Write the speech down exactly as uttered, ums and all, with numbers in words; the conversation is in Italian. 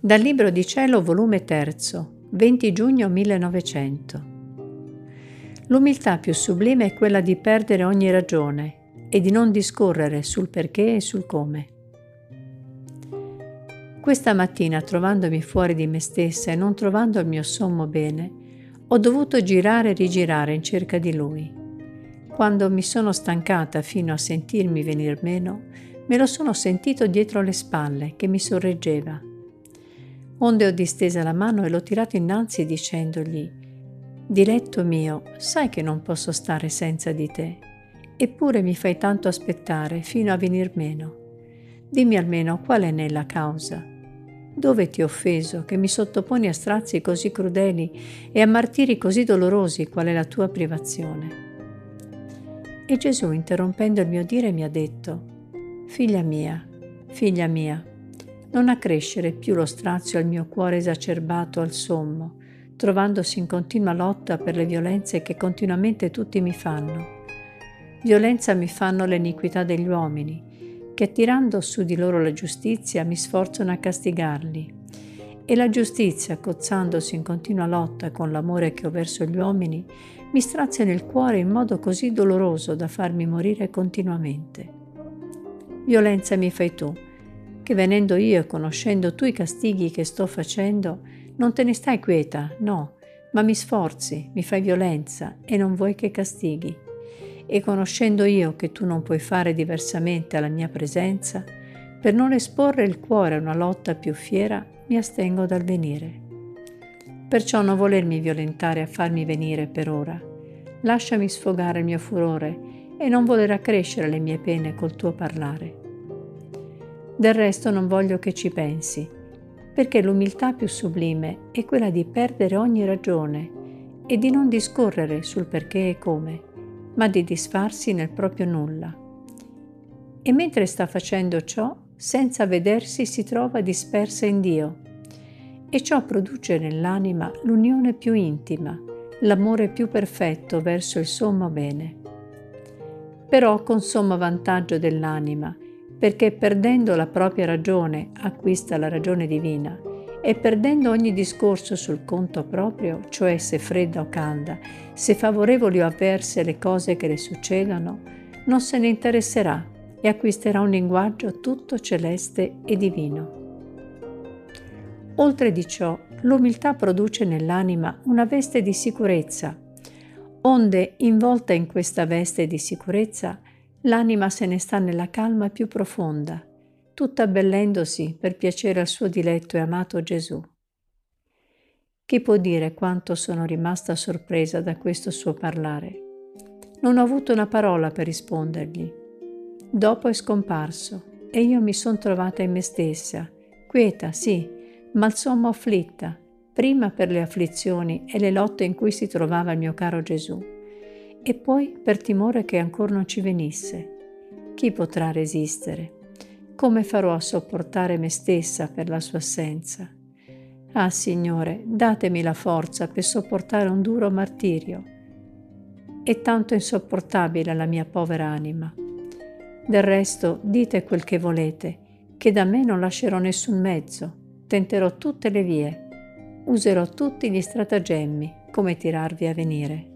Dal Libro di Cielo, volume terzo, venti giugno millenovecento. L'umiltà più sublime è quella di perdere ogni ragione e di non discorrere sul perché e sul come. Questa mattina, trovandomi fuori di me stessa e non trovando il mio sommo bene, ho dovuto girare e rigirare in cerca di lui. Quando mi sono stancata fino a sentirmi venir meno, me lo sono sentito dietro le spalle che mi sorreggeva. Onde ho distesa la mano e l'ho tirato innanzi dicendogli: «Diletto mio, sai che non posso stare senza di te, eppure mi fai tanto aspettare fino a venir meno. Dimmi almeno qual è ne la causa. Dove ti ho offeso che mi sottoponi a strazi così crudeli e a martiri così dolorosi qual è la tua privazione?» E Gesù, interrompendo il mio dire, mi ha detto: «Figlia mia, figlia mia, non accrescere più lo strazio al mio cuore esacerbato al sommo, trovandosi in continua lotta per le violenze che continuamente tutti mi fanno. Violenza mi fanno le iniquità degli uomini, che attirando su di loro la giustizia mi sforzano a castigarli. E la giustizia, cozzandosi in continua lotta con l'amore che ho verso gli uomini, mi strazia nel cuore in modo così doloroso da farmi morire continuamente. Violenza mi fai tu, che venendo io e conoscendo tu i castighi che sto facendo, non te ne stai quieta, no, ma mi sforzi, mi fai violenza e non vuoi che castighi. E conoscendo io che tu non puoi fare diversamente alla mia presenza, per non esporre il cuore a una lotta più fiera, mi astengo dal venire. Perciò non volermi violentare a farmi venire per ora. Lasciami sfogare il mio furore e non voler accrescere le mie pene col tuo parlare. Del resto non voglio che ci pensi, perché l'umiltà più sublime è quella di perdere ogni ragione e di non discorrere sul perché e come, ma di disfarsi nel proprio nulla. E mentre sta facendo ciò, senza vedersi si trova dispersa in Dio, e ciò produce nell'anima l'unione più intima, l'amore più perfetto verso il sommo bene. Però con sommo vantaggio dell'anima, perché perdendo la propria ragione acquista la ragione divina, e perdendo ogni discorso sul conto proprio, cioè se fredda o calda, se favorevoli o avverse le cose che le succedono, non se ne interesserà e acquisterà un linguaggio tutto celeste e divino. Oltre di ciò, l'umiltà produce nell'anima una veste di sicurezza, onde, involta in questa veste di sicurezza, l'anima se ne sta nella calma più profonda, tutta abbellendosi per piacere al suo diletto e amato Gesù. Chi può dire quanto sono rimasta sorpresa da questo suo parlare? Non ho avuto una parola per rispondergli. Dopo è scomparso e io mi son trovata in me stessa, quieta, sì, ma al sommo afflitta, prima per le afflizioni e le lotte in cui si trovava il mio caro Gesù, e poi per timore che ancora non ci venisse. Chi potrà resistere? Come farò a sopportare me stessa per la sua assenza? Ah, Signore, datemi la forza per sopportare un duro martirio. È tanto insopportabile la mia povera anima. Del resto, dite quel che volete, che da me non lascerò nessun mezzo. Tenterò tutte le vie, userò tutti gli stratagemmi come tirarvi a venire.